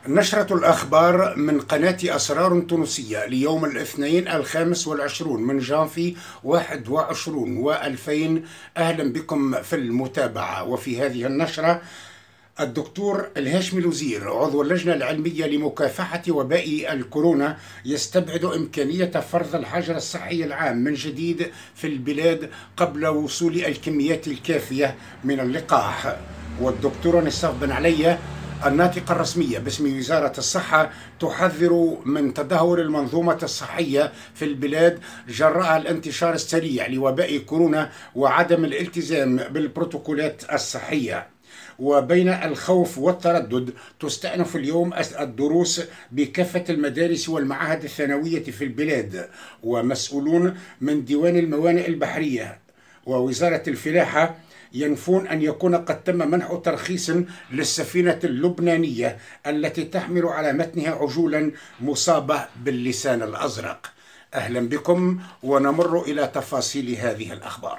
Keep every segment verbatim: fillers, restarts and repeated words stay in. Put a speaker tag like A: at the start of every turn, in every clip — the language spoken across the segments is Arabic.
A: نشرة الأخبار من قناة أسرار تونسية ليوم الاثنين الخامس والعشرون من جانفي واحد وعشرون وألفين. أهلا بكم في المتابعة. وفي هذه النشرة الدكتور الهاشمي الوزير عضو اللجنة العلمية لمكافحة وباء الكورونا يستبعد إمكانية فرض الحجر الصحي العام من جديد في البلاد قبل وصول الكميات الكافية من اللقاح. والدكتورة نصاف بن علي الناطقة الرسمية باسم وزارة الصحة تحذر من تدهور المنظومة الصحية في البلاد جراء الانتشار السريع لوباء كورونا وعدم الالتزام بالبروتوكولات الصحية. وبين الخوف والتردد تستأنف اليوم الدروس بكافة المدارس والمعاهد الثانوية في البلاد. ومسؤولون من ديوان الموانئ البحرية ووزارة الفلاحة ينفون أن يكون قد تم منح ترخيص للسفينة اللبنانية التي تحمل على متنها عجولا مصابة باللسان الأزرق. أهلا بكم ونمر إلى تفاصيل هذه الأخبار.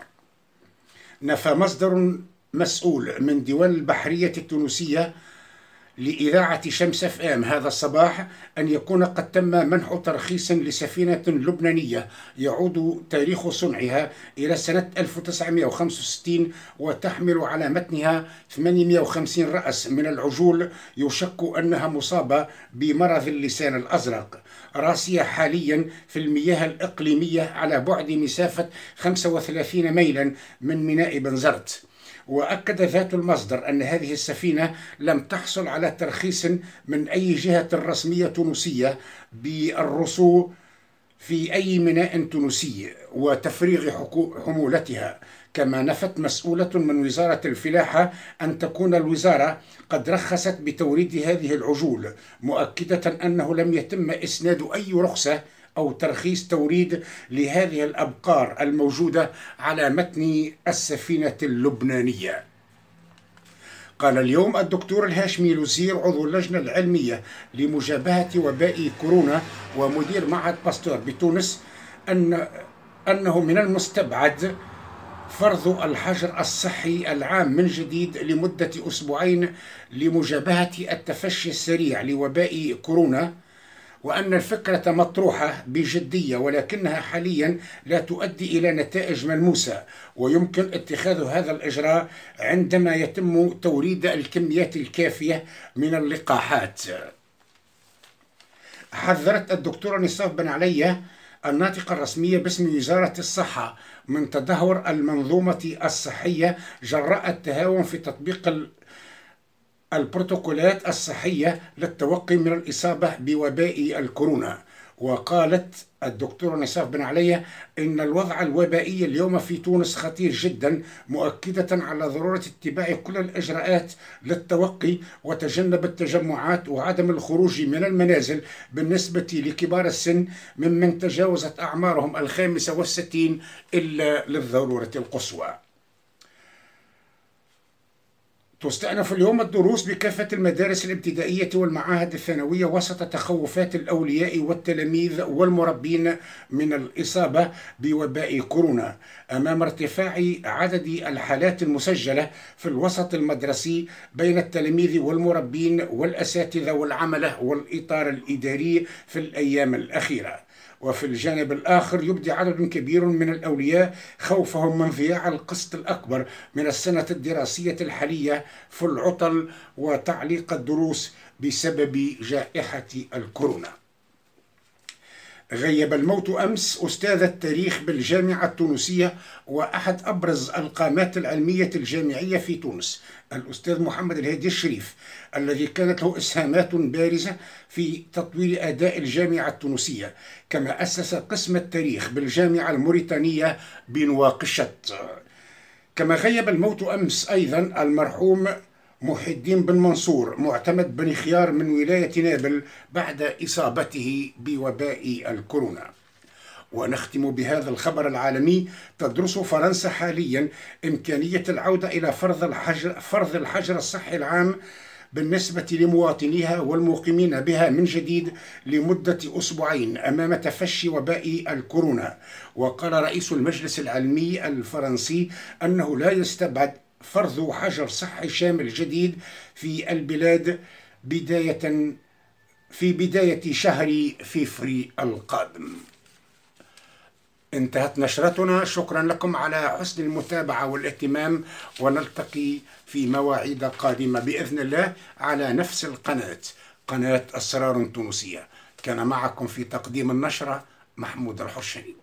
A: نفى مصدر مسؤول من ديوان البحرية التونسية لإذاعة شمس اف ام هذا الصباح أن يكون قد تم منح ترخيص لسفينة لبنانية يعود تاريخ صنعها إلى سنة ألف وتسعمائة وخمسة وستين وتحمل على متنها ثمانمائة وخمسين رأس من العجول يشك أنها مصابة بمرض اللسان الأزرق، راسية حاليا في المياه الإقليمية على بعد مسافة خمسة وثلاثين ميلا من ميناء بنزرت. وأكد ذات المصدر أن هذه السفينة لم تحصل على ترخيص من أي جهة رسمية تونسية بالرسو في أي ميناء تونسي وتفريغ حمولتها. كما نفت مسؤولة من وزارة الفلاحة أن تكون الوزارة قد رخصت بتوريد هذه العجول، مؤكدة أنه لم يتم إسناد أي رخصة أو ترخيص توريد لهذه الأبقار الموجودة على متن السفينة اللبنانية. قال اليوم الدكتور الهاشمي الوزير عضو اللجنة العلمية لمجابهة وباء كورونا ومدير معهد باستور بتونس أن أنه من المستبعد فرض الحجر الصحي العام من جديد لمدة أسبوعين لمجابهة التفشي السريع لوباء كورونا، وأن الفكرة مطروحة بجدية ولكنها حاليا لا تؤدي إلى نتائج ملموسة، ويمكن اتخاذ هذا الإجراء عندما يتم توريد الكميات الكافية من اللقاحات. حذرت الدكتورة نصاف بن علي الناطقة الرسمية باسم وزارة الصحة من تدهور المنظومة الصحية جراء التهاون في تطبيق البروتوكولات الصحية للتوقي من الإصابة بوباء الكورونا. وقالت الدكتورة نصاف بن علي إن الوضع الوبائي اليوم في تونس خطير جدا، مؤكدة على ضرورة اتباع كل الإجراءات للتوقي وتجنب التجمعات وعدم الخروج من المنازل بالنسبة لكبار السن ممن تجاوزت أعمارهم الخامسة والستين إلا للضرورة القصوى. تستأنف اليوم الدروس بكافة المدارس الابتدائية والمعاهد الثانوية وسط تخوفات الأولياء والتلاميذ والمربين من الإصابة بوباء كورونا أمام ارتفاع عدد الحالات المسجلة في الوسط المدرسي بين التلاميذ والمربين والأساتذة والعملة والإطار الإداري في الأيام الأخيرة. وفي الجانب الآخر يبدي عدد كبير من الأولياء خوفهم من ضياع القسط الأكبر من السنة الدراسية الحالية في العطل وتعليق الدروس بسبب جائحة الكورونا. غيب الموت أمس أستاذ التاريخ بالجامعة التونسية وأحد أبرز القامات العلمية الجامعية في تونس، الأستاذ محمد الهادي الشريف، الذي كانت له إسهامات بارزة في تطوير أداء الجامعة التونسية، كما أسس قسم التاريخ بالجامعة الموريتانية بنواكشوط. كما غيب الموت أمس أيضا المرحوم محي الدين بن منصور معتمد بن خيار من ولاية نابل بعد إصابته بوباء الكورونا. ونختم بهذا الخبر العالمي. تدرس فرنسا حاليا إمكانية العودة إلى فرض الحجر, فرض الحجر الصحي العام بالنسبة لمواطنيها والمقيمين بها من جديد لمدة أسبوعين أمام تفشي وباء الكورونا. وقال رئيس المجلس العلمي الفرنسي أنه لا يستبعد فرض حجر صحي شامل جديد في البلاد بداية في بداية شهر فيفري القادم. انتهت نشرتنا، شكرا لكم على حسن المتابعة والاهتمام، ونلتقي في مواعيد قادمة بإذن الله على نفس القناة، قناة أسرار تونسية. كان معكم في تقديم النشرة محمود الحرشني.